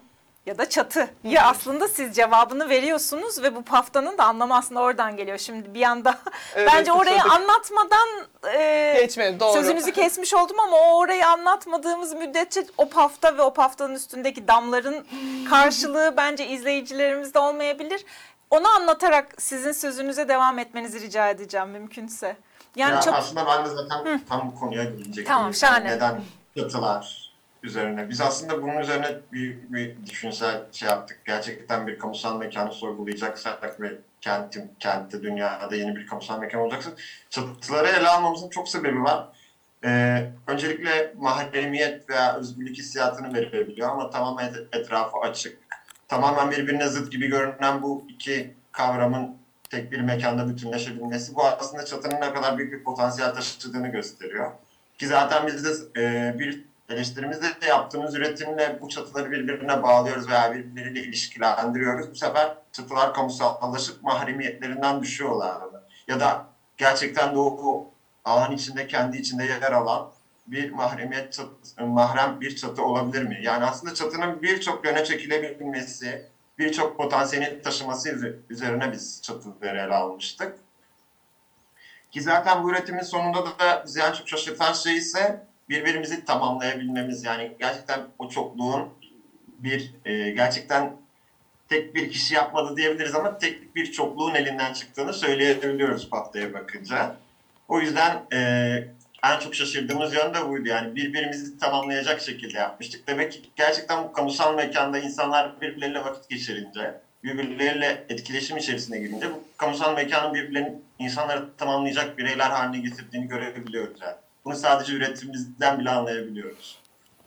ya da çatı. Ya aslında siz cevabını veriyorsunuz ve bu paftanın da anlamı aslında oradan geliyor. Şimdi bir anda Evet, bence orayı sıçradık. anlatmadan Geçmedi, doğru. sözünüzü kesmiş oldum ama o orayı anlatmadığımız müddetçe o pafta ve o paftanın üstündeki damların karşılığı bence izleyicilerimizde olmayabilir. Onu anlatarak sizin sözünüze devam etmenizi rica edeceğim mümkünse. Yani Ya çok aslında ben de zaten tam bu konuya gelecektim. Tamam, şahane. Neden çatılar üzerine? Biz aslında bunun üzerine bir düşünsel şey yaptık. Gerçekten bir kamusal mekanı sorgulayacaksak ve kentte, dünyada yeni bir kamusal mekan olacaksa çatıları ele almamızın çok sebebi var. Öncelikle mahremiyet veya özgürlük hissiyatını verebiliyor ama tamamen etrafı açık. Tamamen birbirine zıt gibi görünen bu iki kavramın tek bir mekanda bütünleşebilmesi, bu aslında çatının ne kadar büyük bir potansiyel taşıdığını gösteriyor. Ki zaten biz de bir eleştirimizde de yaptığımız üretimle bu çatıları birbirine bağlıyoruz veya birbirleriyle ilişkilendiriyoruz. Bu sefer çatılar kamusallaşıp mahremiyetlerinden düşüyorlar. Ya da gerçekten de o alan içinde, kendi içinde yer alan bir mahrem bir çatı olabilir mi? Yani aslında çatının birçok yöne çekilebilmesi, birçok potansiyeli taşıması üzerine biz çatıları ele almıştık. Ki zaten bu üretimin sonunda da bizi en çok şaşırtan şey ise birbirimizi tamamlayabilmemiz. Yani gerçekten o çokluğun gerçekten tek bir kişi yapmadı diyebiliriz ama tek bir çokluğun elinden çıktığını söyleyebiliyoruz paftaya bakınca. O yüzden en çok şaşırdığımız yön de buydu. Yani birbirimizi tamamlayacak şekilde yapmıştık. Demek ki gerçekten bu kamusal mekanda insanlar birbirleriyle vakit geçirince, birbirleriyle etkileşim içerisine girince bu kamusal mekanın birbirlerinin insanları tamamlayacak bireyler haline getirdiğini görebiliyoruz. Yani. Bunu sadece üretimimizden bile anlayabiliyoruz.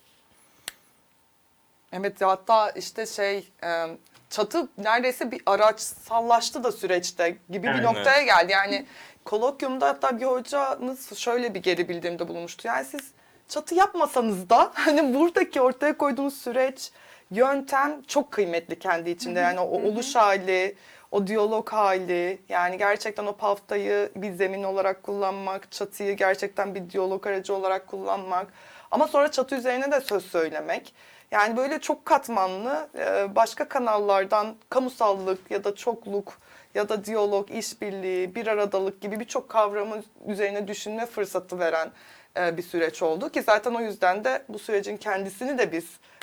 Evet, hatta işte çatı neredeyse bir araçsallaştı da süreçte gibi bir Evet, noktaya geldi. Yani kolokyumda hatta bir hocamız şöyle bir geri bildirimde bulunmuştu. Yani siz çatı yapmasanız da hani buradaki ortaya koyduğunuz süreç, yöntem çok kıymetli kendi içinde. Yani o oluş hali, o diyalog hali, yani gerçekten o paftayı bir zemin olarak kullanmak, çatıyı gerçekten bir diyalog aracı olarak kullanmak ama sonra çatı üzerine de söz söylemek. Yani böyle çok katmanlı başka kanallardan kamusallık ya da çokluk ya da diyalog, işbirliği, bir aradalık gibi birçok kavramın üzerine düşünme fırsatı veren bir süreç oldu. Ki zaten o yüzden de bu sürecin kendisini de biz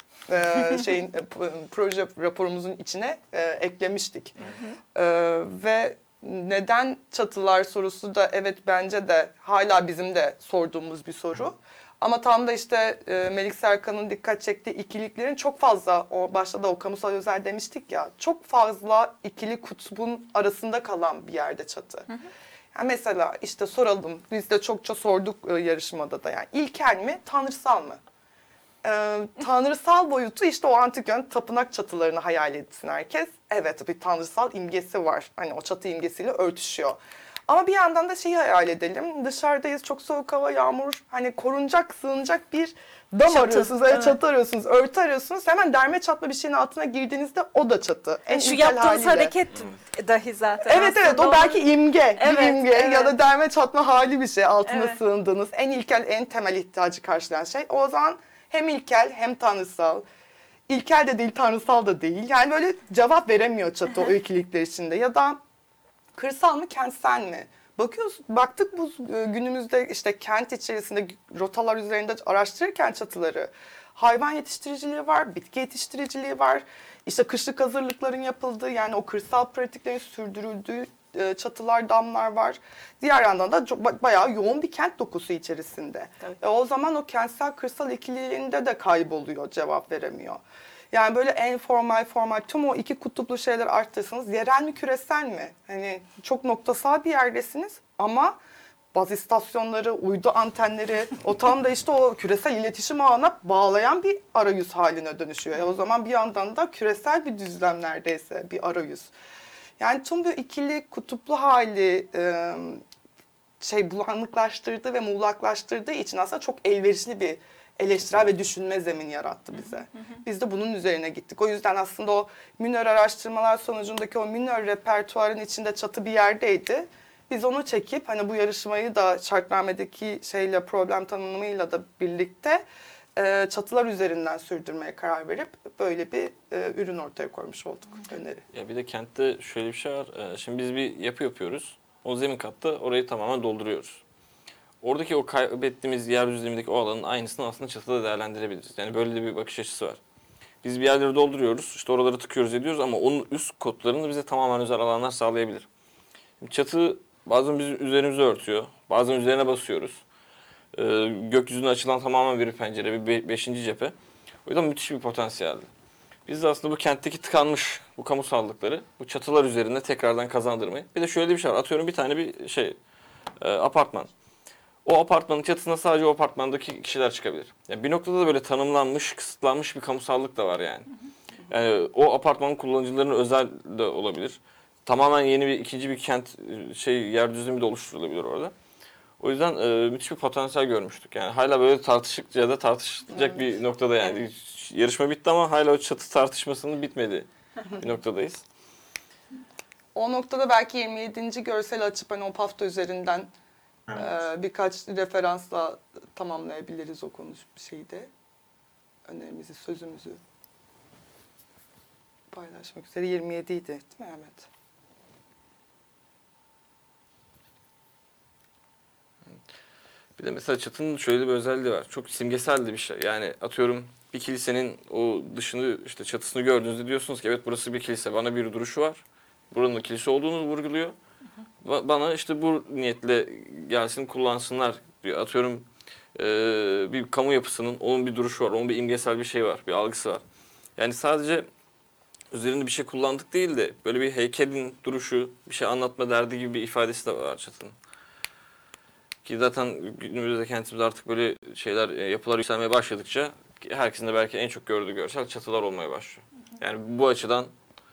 proje raporumuzun içine eklemiştik. Ve neden çatılar sorusu da evet bence de hala bizim de sorduğumuz bir soru. Ama tam da işte Melik Serkan'ın dikkat çektiği ikiliklerin çok fazla, o başta da o kamusal özel demiştik ya, çok fazla ikili kutbun arasında kalan bir yerde çatı. Yani mesela işte soralım, biz de çokça sorduk yarışmada da, yani ilkel mi, tanrısal mı? Tanrısal boyutu işte o antik yön tapınak çatılarını hayal etsin herkes. Evet, bir tanrısal imgesi var. Hani o çatı imgesiyle örtüşüyor. Ama bir yandan da şeyi hayal edelim. Dışarıdayız, çok soğuk hava, yağmur. Hani korunacak, sığınacak bir dam Çatı, arıyorsunuz. Evet, çatı arıyorsunuz, örtü arıyorsunuz. Hemen derme çatma bir şeyin altına girdiğinizde o da çatı. En şu ilkel yaptığınız haliyle. hareket dahi zaten. Evet evet, aslında o belki imge, bir Evet, imge evet. ya da derme çatma hali bir şey. Altına Evet. sığındığınız en ilkel, en temel ihtiyacı karşılayan şey. O zaman hem ilkel hem tanrısal. İlkel de değil, tanrısal da değil. Yani böyle cevap veremiyor çatı o ikilikler içinde. Ya da kırsal mı, kentsel mi? Baktık bu günümüzde işte kent içerisinde rotalar üzerinde araştırırken çatıları. Hayvan yetiştiriciliği var, bitki yetiştiriciliği var. İşte kışlık hazırlıkların yapıldığı, yani o kırsal pratiklerin sürdürüldüğü çatılar, damlar var. Diğer yandan da bayağı yoğun bir kent dokusu içerisinde. O zaman o kentsel kırsal ikiliğinde de kayboluyor, cevap veremiyor. Yani böyle en formal tüm o iki kutuplu şeyler arttırsanız yerel mi küresel mi? Hani çok noktasal bir yerdesiniz ama baz istasyonları, uydu antenleri, o tam da işte o küresel iletişim ağına bağlayan bir arayüz haline dönüşüyor. O zaman bir yandan da küresel bir düzlem neredeyse, bir arayüz. Yani tüm bu ikili kutuplu hali bulanıklaştırdığı ve muğlaklaştırdığı için aslında çok elverişli bir eleştirel ve düşünme zemini yarattı bize. Biz de bunun üzerine gittik. O yüzden aslında o minör araştırmalar sonucundaki o minör repertuarın içinde çatı bir yerdeydi. Biz onu çekip hani bu yarışmayı da şartnamedeki problem tanımıyla da birlikte çatılar üzerinden sürdürmeye karar verip böyle bir ürün ortaya koymuş olduk, öneri. Ya bir de kentte şöyle bir şey var. Şimdi biz bir yapı yapıyoruz. O zemin katta orayı tamamen dolduruyoruz. Oradaki o kaybettiğimiz yer düzlemindeki o alanın aynısını aslında çatıda değerlendirebiliriz. Yani böyle de bir bakış açısı var. Biz bir yerleri dolduruyoruz, işte oraları tıkıyoruz ediyoruz ama onun üst kodlarını bize tamamen özel alanlar sağlayabilir. Şimdi çatı bazen bizim üzerimize örtüyor, bazen üzerine basıyoruz. Gökyüzüne açılan tamamen bir pencere, bir beşinci cephe. O yüzden müthiş bir potansiyeldi. Biz de aslında bu kentteki tıkanmış bu kamusallıkları bu çatılar üzerinde tekrardan kazandırmayı. Bir de şöyle bir şey var. Atıyorum bir tane bir apartman. O apartmanın çatısına sadece o apartmandaki kişiler çıkabilir. Yani bir noktada da böyle tanımlanmış, kısıtlanmış bir kamusallık da var yani. Yani o apartmanın kullanıcılarının özel de olabilir. Tamamen yeni bir ikinci bir kent yer düzlemi de oluşturulabilir orada. O yüzden müthiş bir potansiyel görmüştük. Yani hala böyle tartışılacak bir noktada yani. Yarışma bitti ama hala o çatı tartışmasının bitmediği bir noktadayız. O noktada belki 27. görsel açıp hani o pafta üzerinden birkaç referansla tamamlayabiliriz o şeyde. Önerimizi, sözümüzü paylaşmak üzere 27 idi değil mi Ahmet? Bir de mesela çatının şöyle bir özelliği var. Çok simgesel de bir şey. Yani atıyorum bir kilisenin o dışını işte çatısını gördüğünüzde diyorsunuz ki evet burası bir kilise. Bana bir duruşu var. Buranın kilise olduğunu vurguluyor. Bana işte bu niyetle gelsin kullansınlar diyor. Atıyorum bir kamu yapısının onun bir duruşu var. Onun bir imgesel bir şey var. Bir algısı var. Yani sadece üzerinde bir şey kullandık değil de böyle bir heykelin duruşu, bir şey anlatma derdi gibi bir ifadesi de var çatının. Ki zaten günümüzde kentimizde artık böyle yapılar yükselmeye başladıkça herkesin de belki en çok gördüğü görsel çatılar olmaya başlıyor. Yani bu açıdan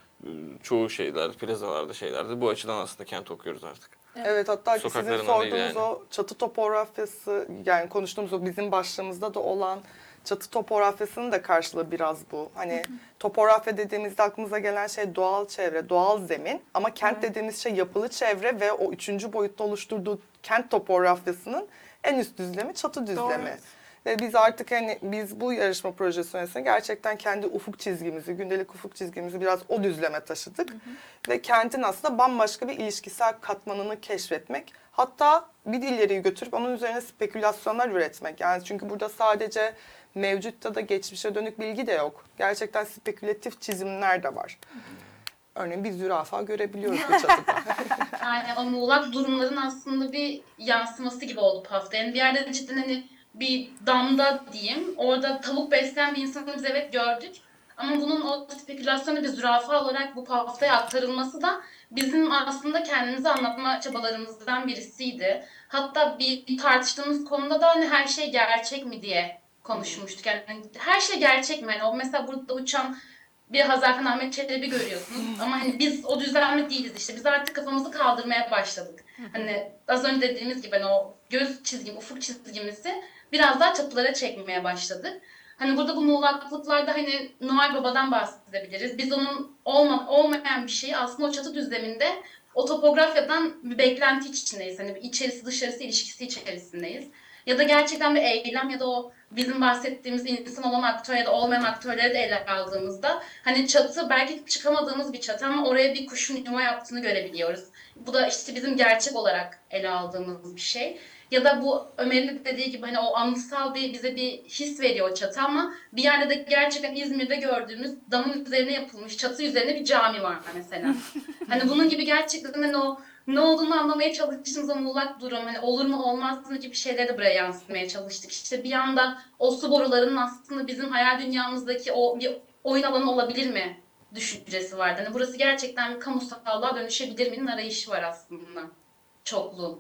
çoğu plazalarda şeylerde bu açıdan aslında kent okuyoruz artık. Evet, hatta ki sizin Sokaklarından değil sorduğunuz yani. o çatı topografyası, yani konuştuğumuz o bizim başlığımızda da olan çatı topografyasının da karşılığı biraz bu. Hani topografya dediğimizde aklımıza gelen şey doğal çevre, doğal zemin. Ama kent dediğimiz şey yapılı çevre ve o üçüncü boyutta oluşturduğu kent topografyasının en üst düzlemi çatı düzlemi. Ve biz artık biz bu yarışma projesi sonrasında gerçekten kendi ufuk çizgimizi, gündelik ufuk çizgimizi biraz o düzleme taşıdık. Ve kentin aslında bambaşka bir ilişkisel katmanını keşfetmek. Hatta bir ileriyi götürüp onun üzerine spekülasyonlar üretmek. Yani çünkü burada sadece mevcutta da geçmişe dönük bilgi de yok. Gerçekten spekülatif çizimler de var. Örneğin bir zürafa görebiliyoruz bu çatıda. Yani o muğlak durumların aslında bir yansıması gibi oldu bu hafta. Yani bir yerde de cidden hani bir damda diyeyim, orada tavuk besleyen bir insanı biz evet gördük. Ama bunun o spekülasyonu bir zürafa olarak bu haftaya aktarılması da bizim aslında kendimizi anlatma çabalarımızdan birisiydi. Hatta bir tartıştığımız konuda da hani her şey gerçek mi diye konuşmuştuk. Yani her şey gerçek mi? Yani o mesela burada uçan bir Hazarfen Ahmet Çelebi görüyorsunuz. Ama hani biz o düzenli değiliz işte. Biz artık kafamızı kaldırmaya başladık. Hani az önce dediğimiz gibi hani o göz çizgim, ufuk çizgimizi biraz daha çatılara çekmeye başladık. Hani burada bu muğlaklıklarda hani Noel Baba'dan bahsedebiliriz. Biz onun olmayan bir şeyi aslında o çatı düzleminde o topografyadan bir beklenti içindeyiz. Hani bir içerisi dışarısı ilişkisi içerisindeyiz. Ya da gerçekten bir eylem ya da o bizim bahsettiğimiz insan olan aktör ya da olmayan aktörleri de ele aldığımızda hani çatı belki çıkamadığımız bir çatı ama oraya bir kuşun yuva yaptığını görebiliyoruz. Bu da işte bizim gerçek olarak ele aldığımız bir şey. Ya da bu Ömer'in dediği gibi hani o anıtsal bize bir his veriyor o çatı ama bir yerde de gerçekten İzmir'de gördüğümüz damın üzerine yapılmış çatı üzerine bir cami var mesela. Hani bunun gibi gerçekten hani o ne olduğunu anlamaya çalıştığımız o muğlak durum, hani olur mu olmaz mı gibi şeyleri de buraya yansıtmaya çalıştık. İşte bir yanda o su borularının aslında bizim hayal dünyamızdaki o bir oyun alanı olabilir mi düşüncesi vardı. Hani burası gerçekten bir kamusallığa dönüşebilir mi'nin arayışı var aslında. Çoklu.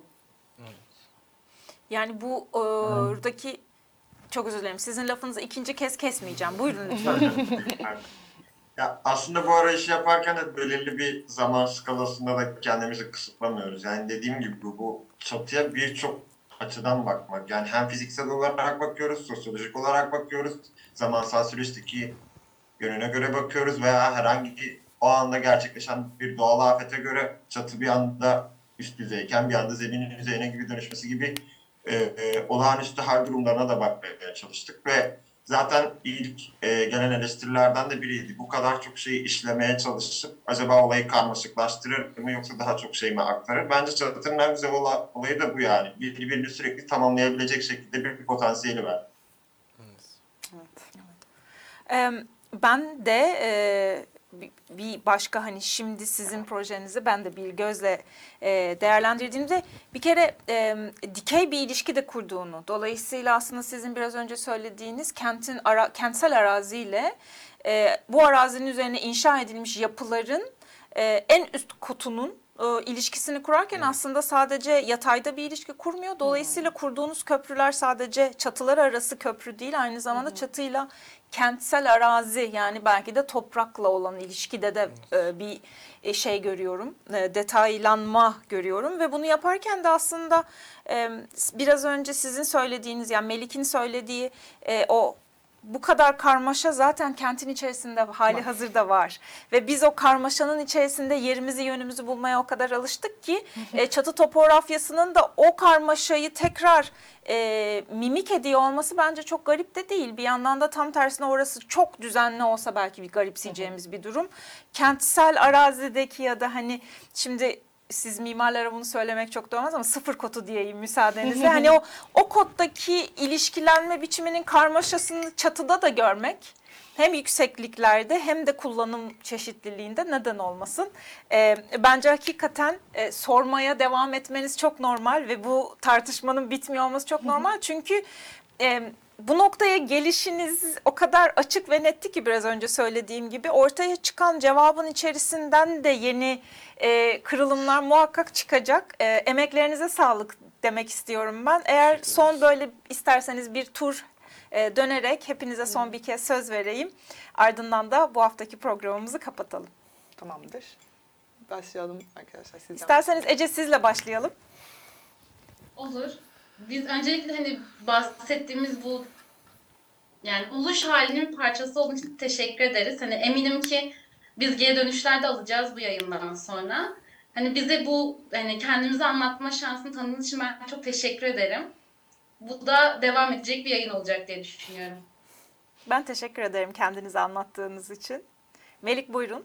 Yani bu oradaki çok özür dilerim. Sizin lafınızı ikinci kez kesmeyeceğim. Buyurun lütfen. Ya aslında bu arayışı yaparken de belirli bir zaman skalasında da kendimizi kısıtlamıyoruz. Yani dediğim gibi bu çatıya birçok açıdan bakmak. Yani hem fiziksel olarak bakıyoruz, sosyolojik olarak bakıyoruz, zamansal süreçteki yönüne göre bakıyoruz veya herhangi o anda gerçekleşen bir doğal afete göre çatı bir anda üst düzeyken bir anda zeminin yüzeyine gibi dönüşmesi gibi olağanüstü hal durumlarına da bakmaya çalıştık ve zaten ilk gelen eleştirilerden de biriydi. Bu kadar çok şeyi işlemeye çalışıp acaba olayı karmaşıklaştırır mı yoksa daha çok şey mi aktarır? Bence Çatır'ın en güzel olayı da bu yani. Birbirini sürekli tamamlayabilecek şekilde bir potansiyeli var. Ben de bir başka hani şimdi sizin projenizi ben de bir gözle değerlendirdiğimde bir kere dikey bir ilişki de kurduğunu, dolayısıyla aslında sizin biraz önce söylediğiniz kentsel araziyle bu arazinin üzerine inşa edilmiş yapıların en üst kotunun ilişkisini kurarken aslında sadece yatayda bir ilişki kurmuyor. Dolayısıyla kurduğunuz köprüler sadece çatılar arası köprü değil, aynı zamanda çatıyla kentsel arazi, yani belki de toprakla olan ilişkide de bir şey görüyorum, detaylanma görüyorum ve bunu yaparken de aslında biraz önce sizin söylediğiniz, yani Melik'in söylediği o bu kadar karmaşa zaten kentin içerisinde hali hazırda var. Ve biz o karmaşanın içerisinde yerimizi, yönümüzü bulmaya o kadar alıştık ki çatı topografyasının da o karmaşayı tekrar mimik ediyor olması bence çok garip de değil. Bir yandan da tam tersine orası çok düzenli olsa belki bir garipseyeceğimiz bir durum. Kentsel arazideki ya da hani şimdi siz mimarlara bunu söylemek çok doğru ama sıfır kotu diyeyim müsaadenizle. Hani o koddaki ilişkilenme biçiminin karmaşasını çatıda da görmek hem yüksekliklerde hem de kullanım çeşitliliğinde neden olmasın. Bence hakikaten sormaya devam etmeniz çok normal ve bu tartışmanın bitmiyor olması çok normal. Çünkü bu noktaya gelişiniz o kadar açık ve netti ki biraz önce söylediğim gibi ortaya çıkan cevabın içerisinden de yeni kırılımlar muhakkak çıkacak. Emeklerinize sağlık demek istiyorum ben. Eğer son böyle isterseniz bir tur dönerek hepinize son bir kez söz vereyim. Ardından da bu haftaki programımızı kapatalım. Tamamdır. Başlayalım arkadaşlar. Sizden. İsterseniz Ece sizle başlayalım. Olur. Biz öncelikle hani bahsettiğimiz bu yani uluş halinin parçası olduğu için teşekkür ederiz. Hani eminim ki biz geri dönüşler de alacağız bu yayından sonra. Hani bize bu hani kendimizi anlatma şansını tanıdığınız için ben çok teşekkür ederim. Bu da devam edecek bir yayın olacak diye düşünüyorum. Ben teşekkür ederim kendinizi anlattığınız için. Melik buyurun.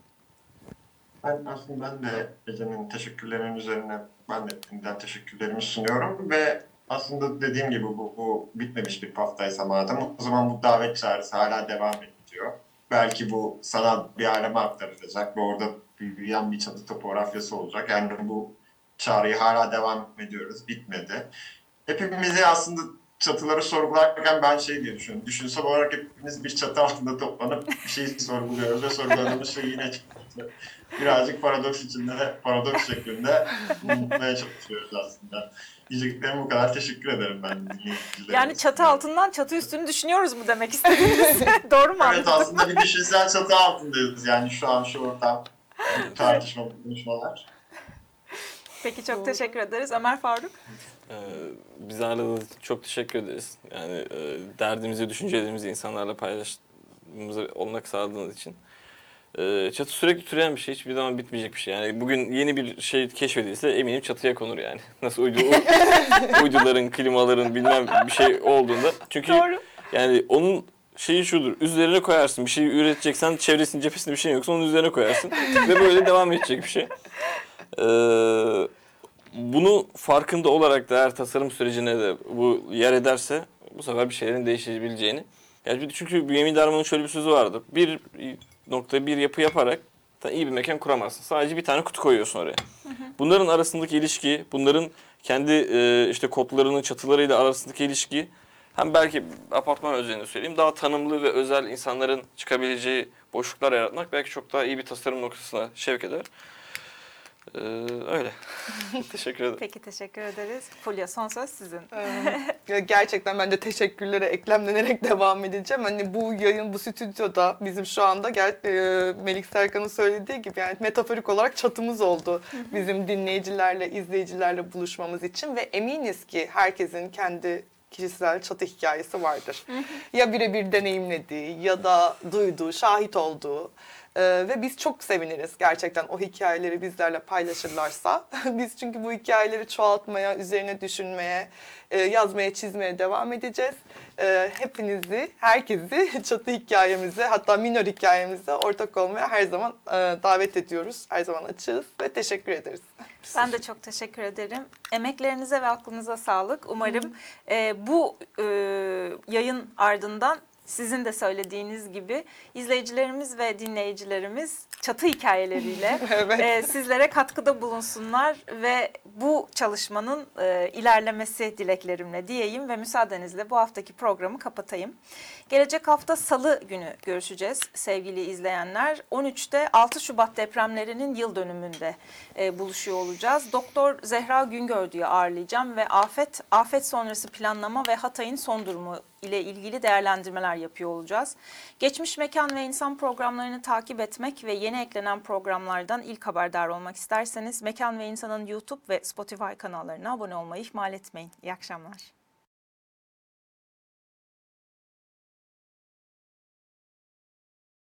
Ben de Ece'nin teşekkürlerinin üzerine ben de şimdiden teşekkürlerimi sunuyorum ve aslında dediğim gibi bu bitmemiş bir haftaysa madem o zaman bu davet çağrısı hala devam ediyor. Belki bu sanal bir aleme aktarılacak ve orada büyüyen bir çatı topografyası olacak. Yani bu çağrıyı hala devam ediyoruz, bitmedi. Hepimizi aslında çatıları sorgularken ben şey diye düşünüyorum. Düşünsel olarak hepimiz bir çatı altında toplanıp bir şeyi sorguluyoruz ve sorguladığımız şey yine çıkıyor. Birazcık paradoks içinde, paradoks şeklinde bulmaya çalışıyoruz aslında. Diyeceklerim bu kadar. Teşekkür ederim ben dinleyicilerime. Yani çatı altından çatı üstünü düşünüyoruz mu demek istediniz? Doğru mu Evet, anladım? aslında bir düşünsel çatı altındayız yani şu an şu ortam. Tartışma, konuşmalar. Peki çok teşekkür ederiz. Ömer Faruk? Bizi ağırladığınız için çok teşekkür ederiz. Yani derdimizi, düşüncelerimizi insanlarla paylaşmamıza olanak sağladığınız için. Çatı sürekli türeyen bir şey, hiçbir zaman bitmeyecek bir şey. Yani bugün yeni bir şey keşfedilse eminim çatıya konur yani. Nasıl uyduların, klimaların bilmem bir şey olduğunda. Çünkü Doğru. yani onun şeyi şudur, üzerine koyarsın bir şeyi üreteceksen çevresinin cephesinde bir şey yoksa onun üzerine koyarsın ve böyle devam edecek bir şey. Bunu farkında olarak da eğer tasarım sürecine de bu yer ederse bu sefer bir şeylerin değişebileceğini. Yani çünkü Bünyamin Darman'ın şöyle bir sözü vardı. Bir nokta bir yapı yaparak iyi bir mekan kuramazsın. Sadece bir tane kutu koyuyorsun oraya. Bunların arasındaki ilişki, bunların kendi işte kodlarının çatılarıyla arasındaki ilişki hem belki apartman özelinde söyleyeyim daha tanımlı ve özel insanların çıkabileceği boşluklar yaratmak belki çok daha iyi bir tasarım noktasına sevk eder. Öyle. Teşekkür ederim. Peki teşekkür ederiz. Fulya son söz sizin. Gerçekten ben de teşekkürlere eklemlenerek devam edeceğim. Hani bu yayın, bu stüdyoda bizim şu anda Melik Serkan'ın söylediği gibi yani metaforik olarak çatımız oldu. Bizim dinleyicilerle, izleyicilerle buluşmamız için ve eminiz ki herkesin kendi kişisel çatı hikayesi vardır. Ya birebir deneyimlediği ya da duyduğu, şahit olduğu. Ve biz çok seviniriz gerçekten o hikayeleri bizlerle paylaşırlarsa. Biz çünkü bu hikayeleri çoğaltmaya, üzerine düşünmeye, yazmaya, çizmeye devam edeceğiz. Hepinizi, herkesi çatı hikayemize, hatta minor hikayemize ortak olmaya her zaman davet ediyoruz. Her zaman açığız ve teşekkür ederiz. Ben de çok teşekkür ederim. Emeklerinize ve aklınıza sağlık. Umarım bu yayın ardından sizin de söylediğiniz gibi izleyicilerimiz ve dinleyicilerimiz çatı hikayeleriyle Evet. sizlere katkıda bulunsunlar ve bu çalışmanın ilerlemesi dileklerimle diyeyim ve müsaadenizle bu haftaki programı kapatayım. Gelecek hafta Salı günü görüşeceğiz sevgili izleyenler. 13'te 6 Şubat depremlerinin yıl dönümünde buluşuyor olacağız. Doktor Zehra Güngördü'yü ağırlayacağım ve afet sonrası planlama ve Hatay'ın son durumu ile ilgili değerlendirmeler yapıyor olacağız. Geçmiş Mekan ve İnsan programlarını takip etmek ve yeni eklenen programlardan ilk haberdar olmak isterseniz Mekan ve İnsan'ın YouTube ve Spotify kanallarına abone olmayı ihmal etmeyin. İyi akşamlar.